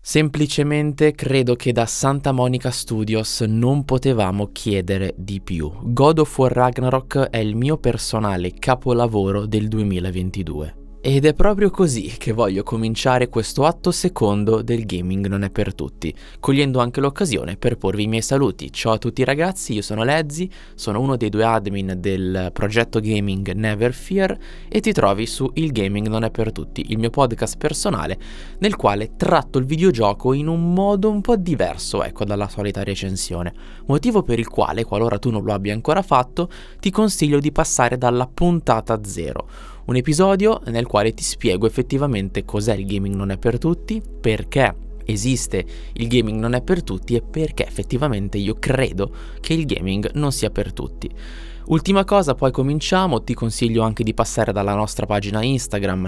Semplicemente credo che da Santa Monica Studios non potevamo chiedere di più. God of War Ragnarok è il mio personale capolavoro del 2022. Ed è proprio così che voglio cominciare questo atto secondo del Gaming non è per tutti, cogliendo anche l'occasione per porvi i miei saluti. Ciao a tutti ragazzi, io sono Lezzi, sono uno dei 2 admin del progetto gaming Never Fear e ti trovi su Il Gaming non è per tutti, il mio podcast personale nel quale tratto il videogioco in un modo un po' diverso, dalla solita recensione. Motivo per il quale, qualora tu non lo abbia ancora fatto, ti consiglio di passare dalla puntata 0. Un episodio nel quale ti spiego effettivamente cos'è il gaming non è per tutti, perché esiste il gaming non è per tutti e perché effettivamente io credo che il gaming non sia per tutti. Ultima cosa, poi cominciamo, ti consiglio anche di passare dalla nostra pagina Instagram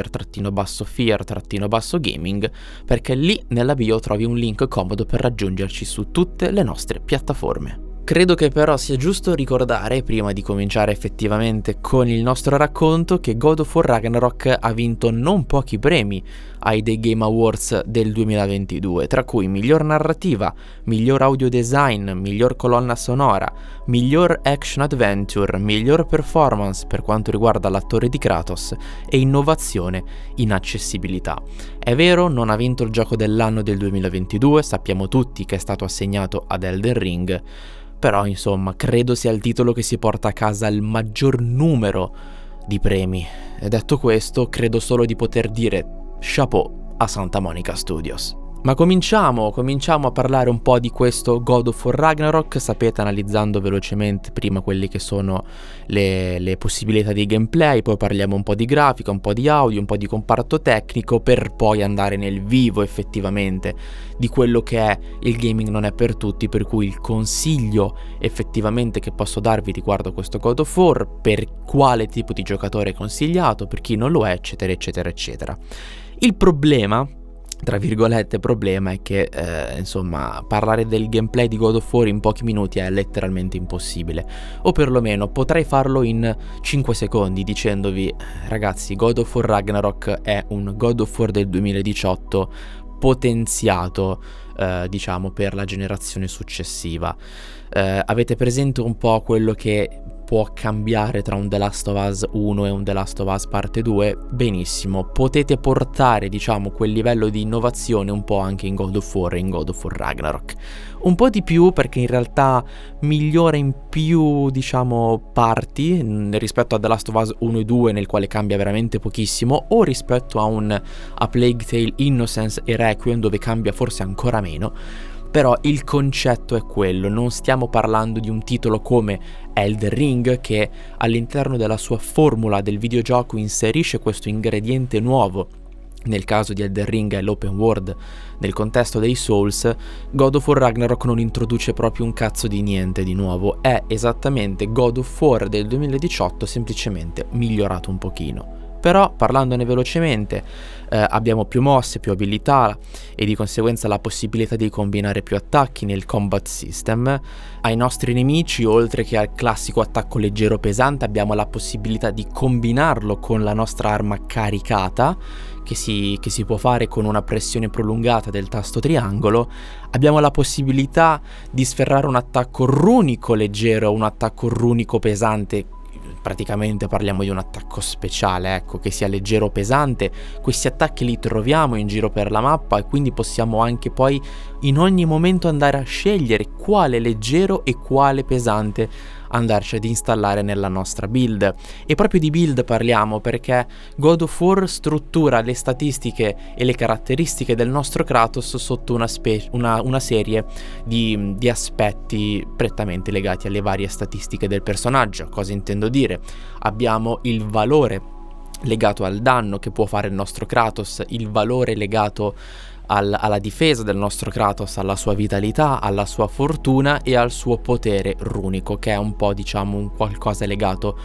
never-fear-gaming, perché lì nella bio trovi un link comodo per raggiungerci su tutte le nostre piattaforme. Credo che però sia giusto ricordare, prima di cominciare effettivamente con il nostro racconto, che God of War Ragnarok ha vinto non pochi premi ai The Game Awards del 2022, tra cui miglior narrativa, miglior audio design, miglior colonna sonora, miglior action adventure, miglior performance per quanto riguarda l'attore di Kratos e innovazione in accessibilità. È vero, non ha vinto il gioco dell'anno del 2022, sappiamo tutti che è stato assegnato ad Elden Ring, però insomma credo sia il titolo che si porta a casa il maggior numero di premi. E detto questo, credo solo di poter dire chapeau a Santa Monica Studios. Ma cominciamo a parlare un po' di questo God of War Ragnarok, sapete, analizzando velocemente prima quelli che sono le possibilità di gameplay, poi parliamo un po' di grafica, un po' di audio, un po' di comparto tecnico, per poi andare nel vivo effettivamente di quello che è il gaming non è per tutti, per cui il consiglio effettivamente che posso darvi riguardo questo God of War, per quale tipo di giocatore è consigliato, per chi non lo è, eccetera eccetera eccetera. Il problema, tra virgolette problema, è che parlare del gameplay di God of War in pochi minuti è letteralmente impossibile, o perlomeno potrei farlo in 5 secondi dicendovi ragazzi, God of War Ragnarok è un God of War del 2018 potenziato per la generazione successiva. Avete presente un po' quello che può cambiare tra un The Last of Us 1 e un The Last of Us parte 2? Benissimo, potete portare quel livello di innovazione un po' anche in God of War e in God of War Ragnarok. Un po' di più, perché in realtà migliora in più parti rispetto a The Last of Us 1 e 2, nel quale cambia veramente pochissimo, o rispetto a Plague Tale Innocence e Requiem, dove cambia forse ancora meno. Però il concetto è quello, non stiamo parlando di un titolo come Elden Ring che all'interno della sua formula del videogioco inserisce questo ingrediente nuovo. Nel caso di Elden Ring è l'open world, nel contesto dei Souls. God of War Ragnarok non introduce proprio un cazzo di niente di nuovo, è esattamente God of War del 2018 semplicemente migliorato un pochino. Però parlandone velocemente, abbiamo più mosse, più abilità e di conseguenza la possibilità di combinare più attacchi nel combat system. Ai nostri nemici, oltre che al classico attacco leggero pesante, abbiamo la possibilità di combinarlo con la nostra arma caricata, che si può fare con una pressione prolungata del tasto triangolo. Abbiamo la possibilità di sferrare un attacco runico leggero o un attacco runico pesante. Praticamente parliamo di un attacco speciale, che sia leggero o pesante. Questi attacchi li troviamo in giro per la mappa e quindi possiamo anche poi in ogni momento andare a scegliere quale leggero e quale pesante andarci ad installare nella nostra build. E proprio di build parliamo perché God of War struttura le statistiche e le caratteristiche del nostro Kratos sotto una serie di aspetti prettamente legati alle varie statistiche del personaggio. Cosa intendo dire? Abbiamo il valore legato al danno che può fare il nostro Kratos, il valore legato alla difesa del nostro Kratos, alla sua vitalità, alla sua fortuna e al suo potere runico, che è un po' un qualcosa legato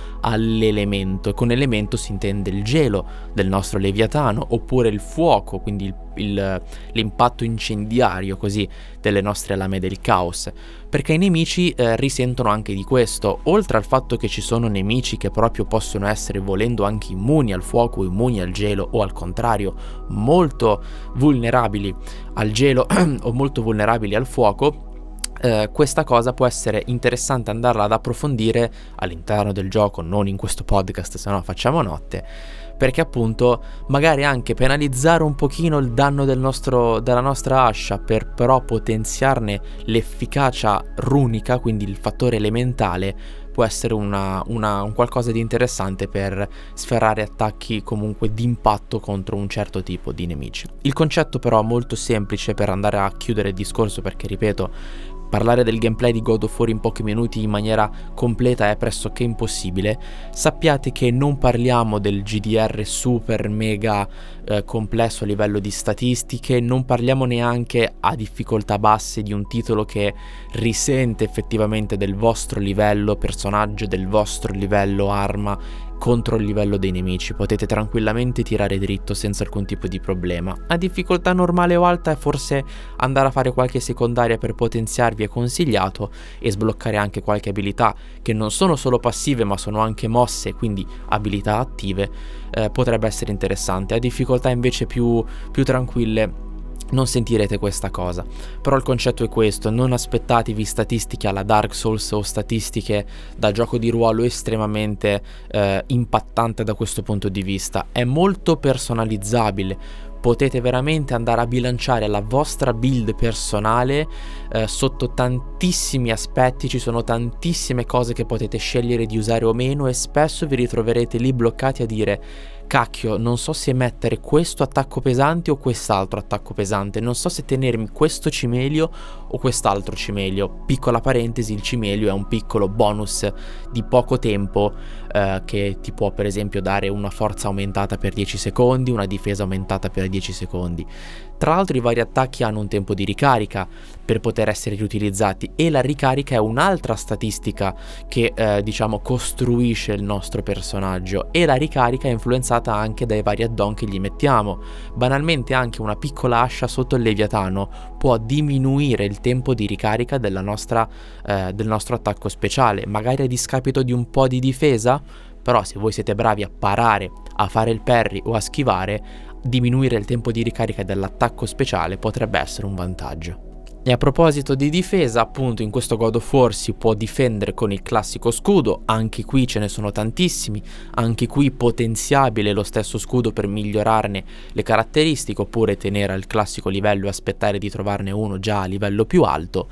all'elemento. Con elemento si intende il gelo del nostro Leviatano, oppure il fuoco, quindi l'impatto incendiario così delle nostre lame del caos, perché i nemici risentono anche di questo. Oltre al fatto che ci sono nemici che proprio possono essere, volendo, anche immuni al fuoco, immuni al gelo, o al contrario molto vulnerabili al gelo o molto vulnerabili al fuoco, questa cosa può essere interessante andarla ad approfondire all'interno del gioco, non in questo podcast, se no facciamo notte, perché appunto magari anche penalizzare un pochino il danno della nostra ascia per però potenziarne l'efficacia runica, quindi il fattore elementale, può essere un qualcosa di interessante per sferrare attacchi comunque d'impatto contro un certo tipo di nemici. Il concetto però molto semplice, per andare a chiudere il discorso, perché ripeto, parlare del gameplay di God of War in pochi minuti in maniera completa è pressoché impossibile. Sappiate che non parliamo del GDR super mega complesso a livello di statistiche, non parliamo neanche a difficoltà basse di un titolo che risente effettivamente del vostro livello personaggio, del vostro livello arma contro il livello dei nemici. Potete tranquillamente tirare dritto senza alcun tipo di problema. A difficoltà normale o alta, forse andare a fare qualche secondaria per potenziarvi è consigliato, e sbloccare anche qualche abilità che non sono solo passive ma sono anche mosse, quindi abilità attive, potrebbe essere interessante. A difficoltà invece più tranquille non sentirete questa cosa, però il concetto è questo: non aspettatevi statistiche alla Dark Souls o statistiche da gioco di ruolo estremamente impattante da questo punto di vista. È molto personalizzabile, potete veramente andare a bilanciare la vostra build personale sotto tantissimi aspetti, ci sono tantissime cose che potete scegliere di usare o meno, e spesso vi ritroverete lì bloccati a dire: cacchio, non so se mettere questo attacco pesante o quest'altro attacco pesante, non so se tenermi questo cimelio o quest'altro cimelio. Piccola parentesi, il cimelio è un piccolo bonus di poco tempo che ti può per esempio dare una forza aumentata per 10 secondi, una difesa aumentata per 10 secondi. Tra l'altro i vari attacchi hanno un tempo di ricarica per poter essere riutilizzati, e la ricarica è un'altra statistica che diciamo costruisce il nostro personaggio, e la ricarica è influenzata anche dai vari add-on che gli mettiamo. Banalmente anche una piccola ascia sotto il Leviatano può diminuire il tempo di ricarica del nostro attacco speciale, magari a discapito di un po' di difesa, però se voi siete bravi a parare, a fare il parry o a schivare, diminuire il tempo di ricarica dell'attacco speciale potrebbe essere un vantaggio. E a proposito di difesa, appunto, in questo God of War si può difendere con il classico scudo. Anche qui ce ne sono tantissimi, anche qui potenziabile lo stesso scudo per migliorarne le caratteristiche, oppure tenere al classico livello e aspettare di trovarne uno già a livello più alto.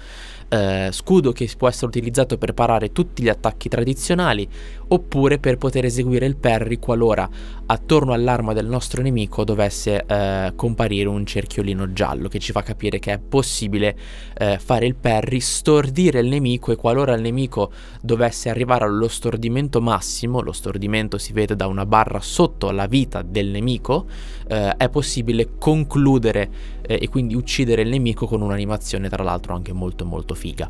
Scudo che può essere utilizzato per parare tutti gli attacchi tradizionali, oppure per poter eseguire il parry qualora attorno all'arma del nostro nemico dovesse comparire un cerchiolino giallo che ci fa capire che è possibile fare il parry, stordire il nemico, e qualora il nemico dovesse arrivare allo stordimento massimo, lo stordimento si vede da una barra sotto la vita del nemico, è possibile concludere e quindi uccidere il nemico con un'animazione tra l'altro anche molto molto figa.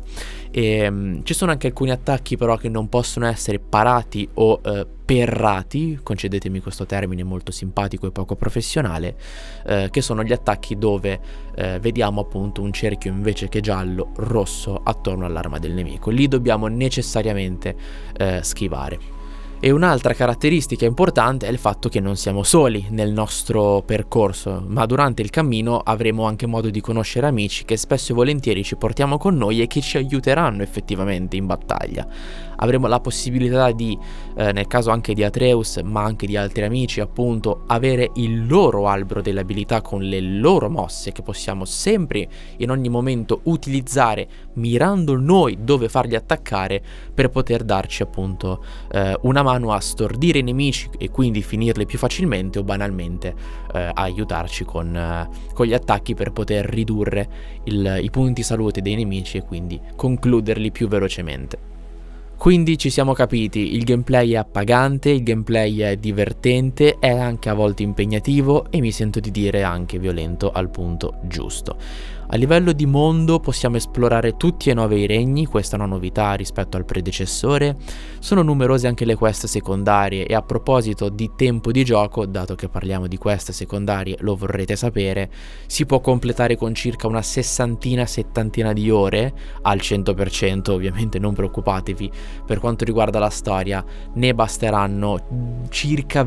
Ci sono anche alcuni attacchi però che non possono essere parati o perrati, concedetemi questo termine molto simpatico e poco professionale, che sono gli attacchi dove vediamo appunto un cerchio invece che giallo, rosso attorno all'arma del nemico. Lì dobbiamo necessariamente schivare. E un'altra caratteristica importante è il fatto che non siamo soli nel nostro percorso, ma durante il cammino avremo anche modo di conoscere amici che spesso e volentieri ci portiamo con noi e che ci aiuteranno effettivamente in battaglia. Avremo la possibilità di, nel caso anche di Atreus, ma anche di altri amici appunto, avere il loro albero delle abilità con le loro mosse che possiamo sempre in ogni momento utilizzare, mirando noi dove farli attaccare, per poter darci appunto una mano a stordire i nemici e quindi finirli più facilmente, o banalmente aiutarci con gli attacchi per poter ridurre i punti salute dei nemici e quindi concluderli più velocemente. Quindi ci siamo capiti, il gameplay è appagante, il gameplay è divertente, è anche a volte impegnativo e mi sento di dire anche violento al punto giusto. A livello di mondo possiamo esplorare tutti e 9 i regni, questa è una novità rispetto al predecessore, sono numerose anche le quest secondarie e a proposito di tempo di gioco, dato che parliamo di quest secondarie lo vorrete sapere, si può completare con circa una 60-70 di ore al 100%, ovviamente non preoccupatevi, per quanto riguarda la storia ne basteranno circa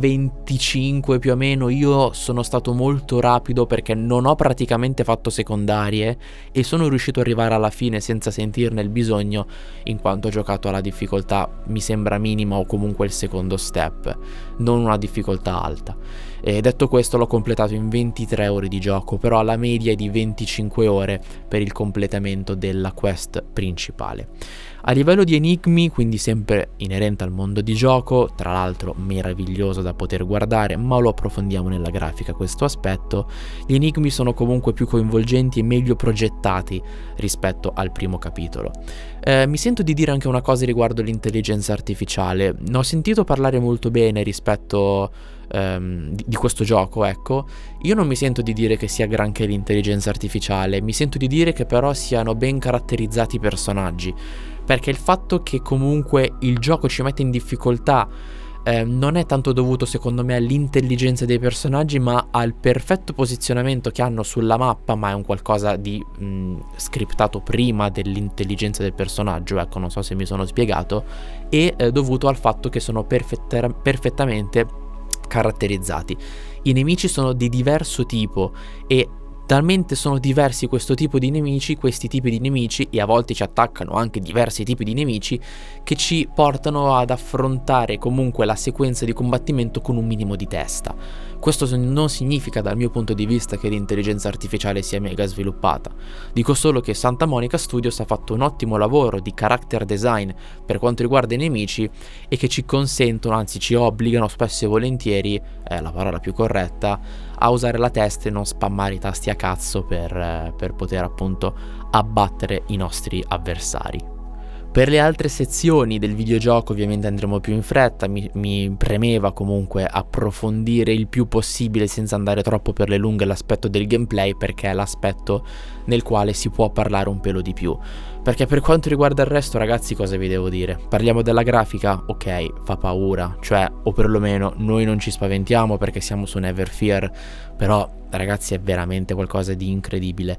25 più o meno. Io sono stato molto rapido perché non ho praticamente fatto secondarie e sono riuscito ad arrivare alla fine senza sentirne il bisogno, in quanto ho giocato alla difficoltà mi sembra minima o comunque il secondo step, non una difficoltà alta. E detto questo l'ho completato in 23 ore di gioco, però la media è di 25 ore per il completamento della quest principale. A livello di enigmi, quindi sempre inerente al mondo di gioco, tra l'altro meraviglioso da poter guardare, ma lo approfondiamo nella grafica questo aspetto, gli enigmi sono comunque più coinvolgenti e meglio progettati rispetto al primo capitolo. Mi sento di dire anche una cosa riguardo l'intelligenza artificiale, ne ho sentito parlare molto bene rispetto di questo gioco, ecco. Io non mi sento di dire che sia granché l'intelligenza artificiale, mi sento di dire che però siano ben caratterizzati i personaggi, perché il fatto che comunque il gioco ci mette in difficoltà non è tanto dovuto secondo me all'intelligenza dei personaggi, ma al perfetto posizionamento che hanno sulla mappa, ma è un qualcosa di scriptato prima dell'intelligenza del personaggio, ecco, non so se mi sono spiegato, e dovuto al fatto che sono perfettamente caratterizzati. I nemici sono di diverso tipo e talmente sono diversi questi tipi di nemici e a volte ci attaccano anche diversi tipi di nemici che ci portano ad affrontare comunque la sequenza di combattimento con un minimo di testa. Questo non significa dal mio punto di vista che l'intelligenza artificiale sia mega sviluppata, dico solo che Santa Monica Studios ha fatto un ottimo lavoro di character design per quanto riguarda i nemici e che ci consentono, anzi ci obbligano spesso e volentieri, è la parola più corretta, a usare la testa e non spammare i tasti a cazzo per poter appunto abbattere i nostri avversari. Per le altre sezioni del videogioco ovviamente andremo più in fretta, mi premeva comunque approfondire il più possibile senza andare troppo per le lunghe l'aspetto del gameplay, perché è l'aspetto nel quale si può parlare un pelo di più. Perché per quanto riguarda il resto, ragazzi, cosa vi devo dire? Parliamo della grafica? Ok, fa paura, cioè, o perlomeno noi non ci spaventiamo perché siamo su Neverfear, però ragazzi è veramente qualcosa di incredibile.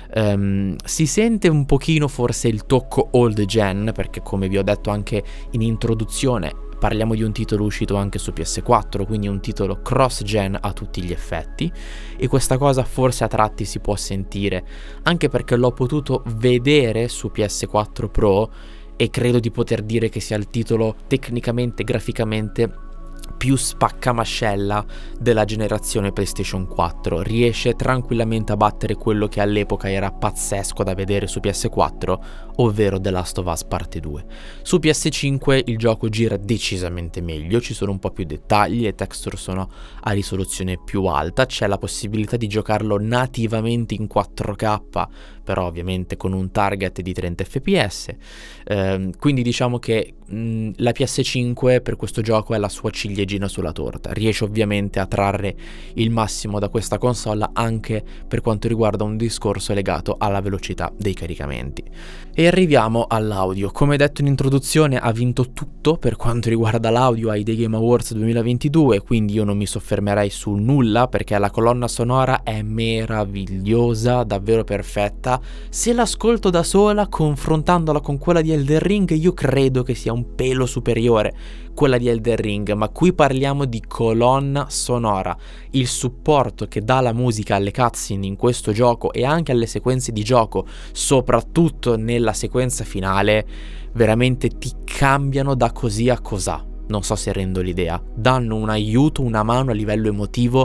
Si sente un pochino forse il tocco old gen, perché come vi ho detto anche in introduzione parliamo di un titolo uscito anche su PS4, quindi un titolo cross gen a tutti gli effetti, e questa cosa forse a tratti si può sentire anche perché l'ho potuto vedere su PS4 Pro e credo di poter dire che sia il titolo tecnicamente, graficamente più spaccamascella della generazione PlayStation 4. Riesce tranquillamente a battere quello che all'epoca era pazzesco da vedere su PS4, ovvero The Last of Us Parte 2. Su PS5 il gioco gira decisamente meglio, ci sono un po' più dettagli, le texture sono a risoluzione più alta, c'è la possibilità di giocarlo nativamente in 4K, però ovviamente con un target di 30 fps, quindi diciamo che la PS5 per questo gioco è la sua ciliegina sulla torta, riesce ovviamente a trarre il massimo da questa console anche per quanto riguarda un discorso legato alla velocità dei caricamenti. E arriviamo all'audio. Come detto in introduzione, ha vinto tutto per quanto riguarda l'audio ai The Game Awards 2022, quindi io non mi soffermerei su nulla perché la colonna sonora è meravigliosa, davvero perfetta. Se l'ascolto da sola, confrontandola con quella di Elden Ring, io credo che sia un pelo superiore quella di Elden Ring, ma qui parliamo di colonna sonora. Il supporto che dà la musica alle cutscene in questo gioco e anche alle sequenze di gioco, soprattutto nella sequenza finale, veramente ti cambiano da così a cosà. Non so se rendo l'idea, danno un aiuto, una mano a livello emotivo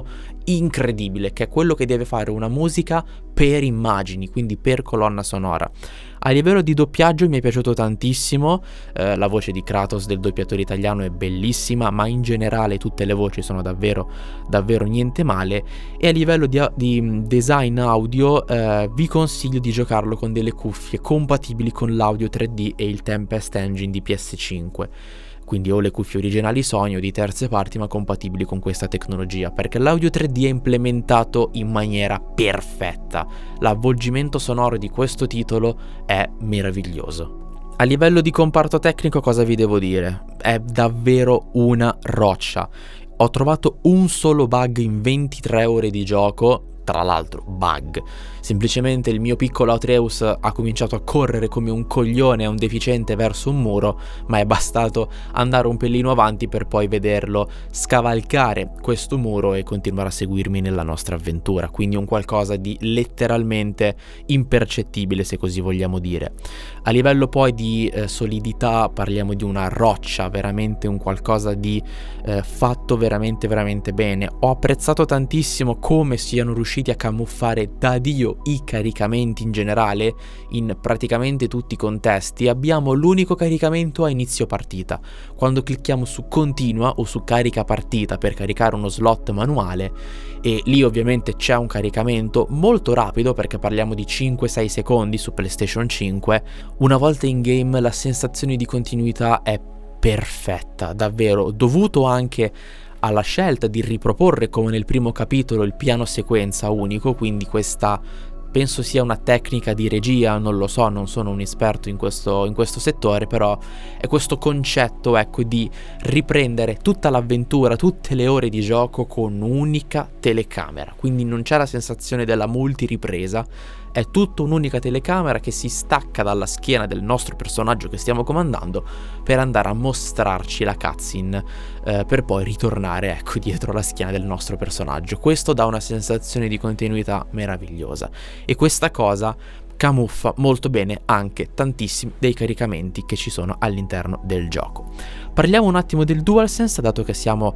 incredibile, che è quello che deve fare una musica per immagini, quindi per colonna sonora. A livello di doppiaggio mi è piaciuto tantissimo, la voce di Kratos del doppiatore italiano è bellissima, ma in generale tutte le voci sono davvero niente male. E a livello di design audio vi consiglio di giocarlo con delle cuffie compatibili con l'audio 3D e il Tempest Engine di PS5. Quindi o le cuffie originali Sony o di terze parti ma compatibili con questa tecnologia, perché l'audio 3D è implementato in maniera perfetta. L'avvolgimento sonoro di questo titolo è meraviglioso. A livello di comparto tecnico cosa vi devo dire? È davvero una roccia. Ho trovato un solo bug in 23 ore di gioco, tra l'altro bug. Semplicemente il mio piccolo Atreus ha cominciato a correre come un coglione, un deficiente verso un muro, ma è bastato andare un pelino avanti per poi vederlo scavalcare questo muro e continuare a seguirmi nella nostra avventura, quindi un qualcosa di letteralmente impercettibile, se così vogliamo dire. A livello poi di solidità parliamo di una roccia, veramente un qualcosa di fatto veramente bene. Ho apprezzato tantissimo come siano riusciti a camuffare da Dio i caricamenti in generale in praticamente tutti i contesti. Abbiamo l'unico caricamento a inizio partita. Quando clicchiamo su continua o su carica partita per caricare uno slot manuale, e lì ovviamente c'è un caricamento molto rapido perché parliamo di 5-6 secondi su PlayStation 5, una volta in game la sensazione di continuità è perfetta, davvero, dovuto anche alla scelta di riproporre come nel primo capitolo il piano sequenza unico, quindi questa penso sia una tecnica di regia, non lo so, non sono un esperto in questo settore, però è questo concetto, ecco, di riprendere tutta l'avventura, tutte le ore di gioco con un'unica telecamera, quindi non c'è la sensazione della multiripresa, è tutta un'unica telecamera che si stacca dalla schiena del nostro personaggio che stiamo comandando per andare a mostrarci la cutscene, per poi ritornare, ecco, dietro la schiena del nostro personaggio. Questo dà una sensazione di continuità meravigliosa e questa cosa camuffa molto bene anche tantissimi dei caricamenti che ci sono all'interno del gioco. Parliamo un attimo del DualSense, dato che siamo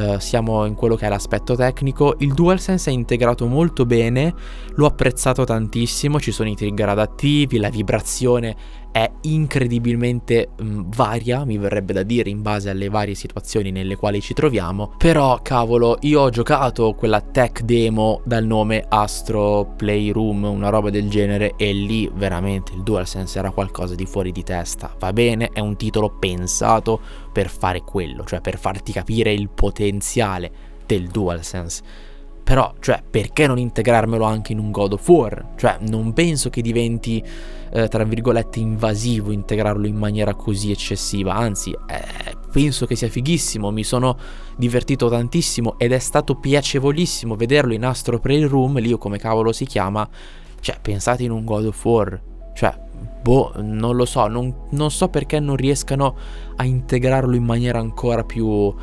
in quello che è l'aspetto tecnico. Il DualSense è integrato molto bene, l'ho apprezzato tantissimo, ci sono i trigger adattivi, la vibrazione è incredibilmente varia, mi verrebbe da dire, in base alle varie situazioni nelle quali ci troviamo. Però cavolo, io ho giocato quella tech demo dal nome Astro Playroom, una roba del genere, e lì veramente il DualSense era qualcosa di fuori di testa. Va bene, è un titolo pensato per fare quello, cioè per farti capire il potenziale del DualSense. Però, cioè, perché non integrarmelo anche in un God of War? Cioè, non penso che diventi, tra virgolette, invasivo integrarlo in maniera così eccessiva. Anzi, penso che sia fighissimo, mi sono divertito tantissimo ed è stato piacevolissimo vederlo in Astro Playroom, lì o come cavolo si chiama. Cioè, pensate in un God of War. Cioè, boh, non lo so, non so perché non riescano a integrarlo in maniera ancora più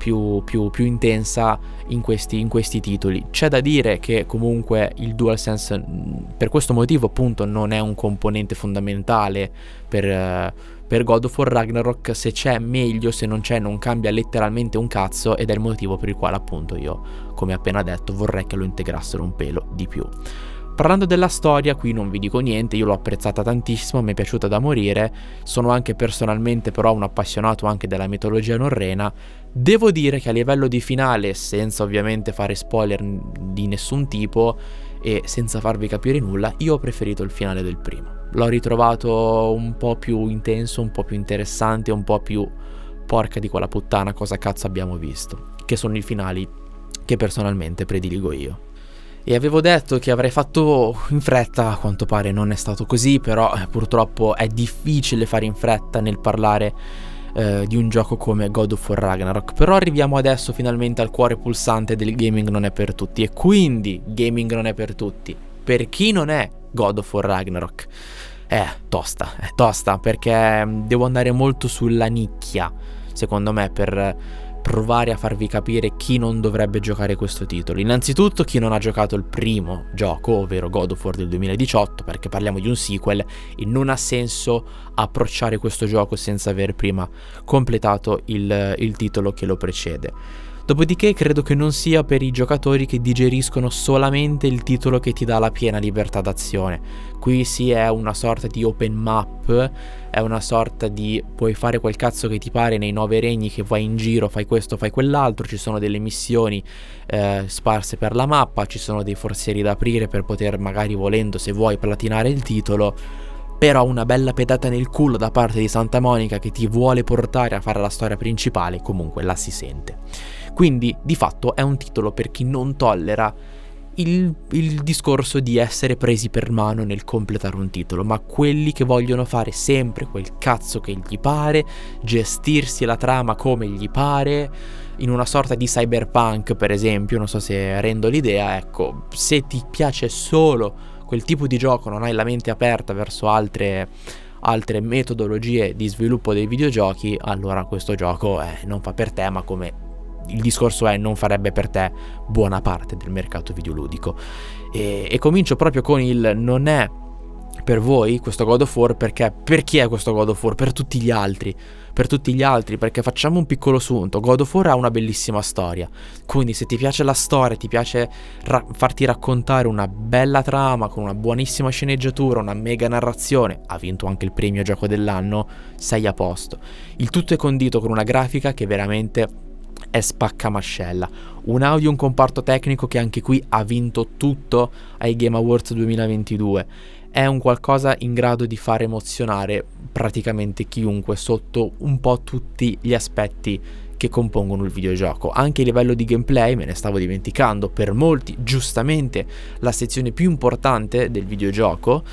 intensa in questi titoli. C'è da dire che comunque il DualSense per questo motivo appunto non è un componente fondamentale per God of War Ragnarok. Se c'è meglio, se non c'è non cambia letteralmente un cazzo, ed è il motivo per il quale appunto io, come appena detto, vorrei che lo integrassero un pelo di più. Parlando della storia, qui non vi dico niente, io l'ho apprezzata tantissimo, mi è piaciuta da morire, sono anche personalmente però un appassionato anche della mitologia norrena. Devo dire che a livello di finale, senza ovviamente fare spoiler di nessun tipo e senza farvi capire nulla, io ho preferito il finale del primo. L'ho ritrovato un po' più intenso, un po' più interessante, un po' più porca di quella puttana, cosa cazzo abbiamo visto, che sono i finali che personalmente prediligo io. E avevo detto che avrei fatto in fretta, a quanto pare non è stato così, però purtroppo è difficile fare in fretta nel parlare di un gioco come God of War Ragnarok. Però arriviamo adesso finalmente al cuore pulsante del gaming non è per tutti, e quindi gaming non è per tutti. Per chi non è God of War Ragnarok è tosta perché devo andare molto sulla nicchia, secondo me, per provare a farvi capire chi non dovrebbe giocare questo titolo. Innanzitutto chi non ha giocato il primo gioco, ovvero God of War del 2018, perché parliamo di un sequel e non ha senso approcciare questo gioco senza aver prima completato il titolo che lo precede. Dopodiché credo che non sia per i giocatori che digeriscono solamente il titolo che ti dà la piena libertà d'azione. Qui sì, è una sorta di open map, è una sorta di puoi fare quel cazzo che ti pare nei 9 regni, che vai in giro, fai questo, fai quell'altro, ci sono delle missioni sparse per la mappa, ci sono dei forzieri da aprire per poter magari, volendo, se vuoi, platinare il titolo. Però una bella pedata nel culo da parte di Santa Monica che ti vuole portare a fare la storia principale, comunque la si sente. Quindi di fatto è un titolo per chi non tollera il discorso di essere presi per mano nel completare un titolo, ma quelli che vogliono fare sempre quel cazzo che gli pare, gestirsi la trama come gli pare, in una sorta di cyberpunk per esempio, non so se rendo l'idea. Ecco, se ti piace solo quel tipo di gioco, non hai la mente aperta verso altre metodologie di sviluppo dei videogiochi, allora questo gioco non fa per te, ma come il discorso non farebbe per te buona parte del mercato videoludico. E comincio proprio con il non è per voi questo God of War, perché per chi è questo God of War? Per tutti gli altri, perché facciamo un piccolo sunto. God of War ha una bellissima storia, quindi se ti piace la storia, ti piace farti raccontare una bella trama con una buonissima sceneggiatura, una mega narrazione, ha vinto anche il premio gioco dell'anno, sei a posto. Il tutto è condito con una grafica che veramente è spaccamascella, un audio, un comparto tecnico che anche qui ha vinto tutto ai Game Awards 2022. È un qualcosa in grado di far emozionare praticamente chiunque sotto un po' tutti gli aspetti che compongono il videogioco. Anche a livello di gameplay, me ne stavo dimenticando, per molti giustamente la sezione più importante del videogioco,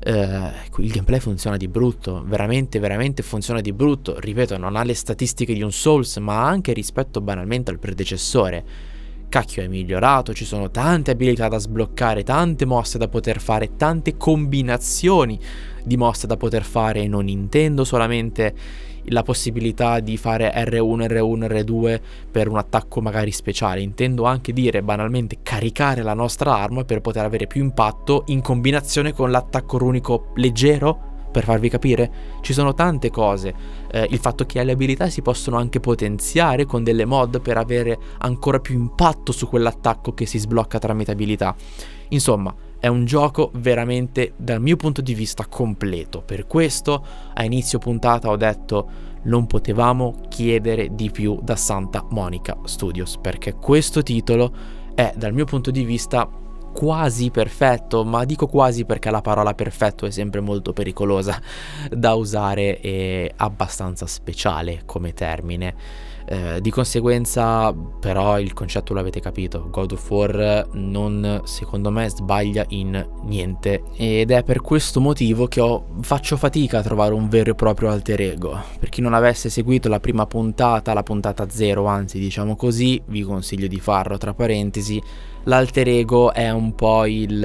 il gameplay funziona di brutto, veramente funziona di brutto. Ripeto, non ha le statistiche di un Souls, ma anche rispetto banalmente al predecessore. Cacchio, è migliorato, ci sono tante abilità da sbloccare, tante mosse da poter fare, tante combinazioni di mosse da poter fare, e non intendo solamente la possibilità di fare R1, R1, R2 per un attacco magari speciale, intendo anche dire banalmente caricare la nostra arma per poter avere più impatto in combinazione con l'attacco runico leggero. Per farvi capire, ci sono tante cose, il fatto che le abilità si possono anche potenziare con delle mod per avere ancora più impatto su quell'attacco che si sblocca tramite abilità. Insomma, è un gioco veramente, dal mio punto di vista, completo. Per questo a inizio puntata ho detto non potevamo chiedere di più da Santa Monica Studios, perché questo titolo è, dal mio punto di vista, quasi perfetto, ma dico quasi perché la parola perfetto è sempre molto pericolosa da usare e abbastanza speciale come termine. Di conseguenza però il concetto l'avete capito, God of War non, secondo me, sbaglia in niente, ed è per questo motivo che faccio fatica a trovare un vero e proprio alter ego. Per chi non avesse seguito la prima puntata, la puntata 0 anzi diciamo così, vi consiglio di farlo. Tra parentesi, l'alter ego è un po'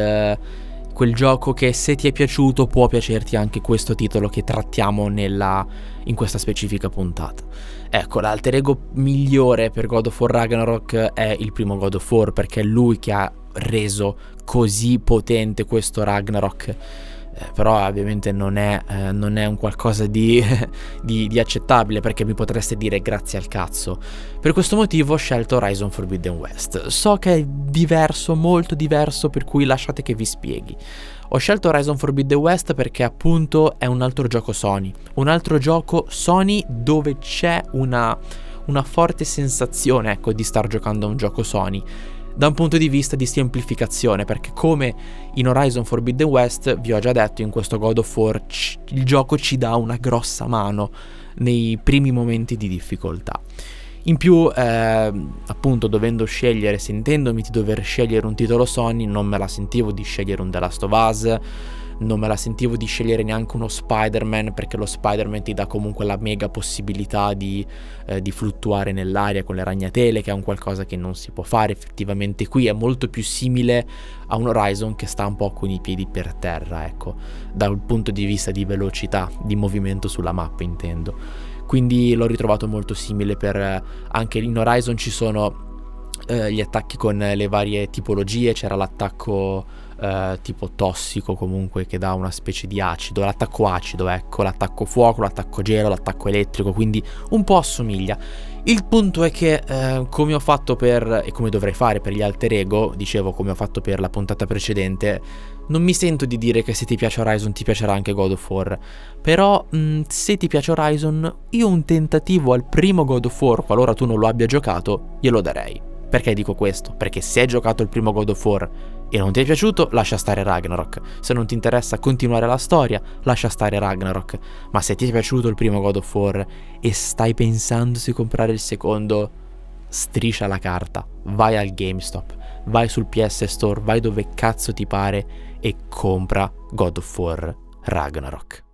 quel gioco che, se ti è piaciuto, può piacerti anche questo titolo che trattiamo in questa specifica puntata. Ecco, l'alter ego migliore per God of War Ragnarok è il primo God of War, perché è lui che ha reso così potente questo Ragnarok. Però ovviamente non è un qualcosa di accettabile, perché mi potreste dire grazie al cazzo. Per questo motivo ho scelto Horizon Forbidden West. So che è diverso, molto diverso, per cui lasciate che vi spieghi. Ho scelto Horizon Forbidden West perché appunto è un altro gioco Sony, dove c'è una forte sensazione, ecco, di star giocando a un gioco Sony, da un punto di vista di semplificazione, perché come in Horizon Forbidden West, vi ho già detto, in questo God of War il gioco ci dà una grossa mano nei primi momenti di difficoltà. In più, appunto, dovendo scegliere, sentendomi di dover scegliere un titolo Sony, non me la sentivo di scegliere un The Last of Us, non me la sentivo di scegliere neanche uno Spider-Man, perché lo Spider-Man ti dà comunque la mega possibilità di fluttuare nell'aria con le ragnatele, che è un qualcosa che non si può fare effettivamente qui. È molto più simile a un Horizon che sta un po' con i piedi per terra, ecco, dal punto di vista di velocità, di movimento sulla mappa intendo. Quindi l'ho ritrovato molto simile. Anche in Horizon ci sono gli attacchi con le varie tipologie. C'era l'attacco tipo tossico, comunque, che dà una specie di acido, l'attacco acido, ecco, l'attacco fuoco, l'attacco gelo, l'attacco elettrico, quindi un po' assomiglia. Il punto è che come ho fatto e come dovrei fare per gli alter ego, dicevo come ho fatto per la puntata precedente, non mi sento di dire che se ti piace Horizon ti piacerà anche God of War, però se ti piace Horizon, io un tentativo al primo God of War, qualora tu non lo abbia giocato, glielo darei. Perché dico questo? Perché se hai giocato il primo God of War e non ti è piaciuto, lascia stare Ragnarok. Se non ti interessa continuare la storia, lascia stare Ragnarok. Ma se ti è piaciuto il primo God of War e stai pensando se comprare il secondo, striscia la carta, vai al GameStop, vai sul PS Store, vai dove cazzo ti pare e compra God of War Ragnarok.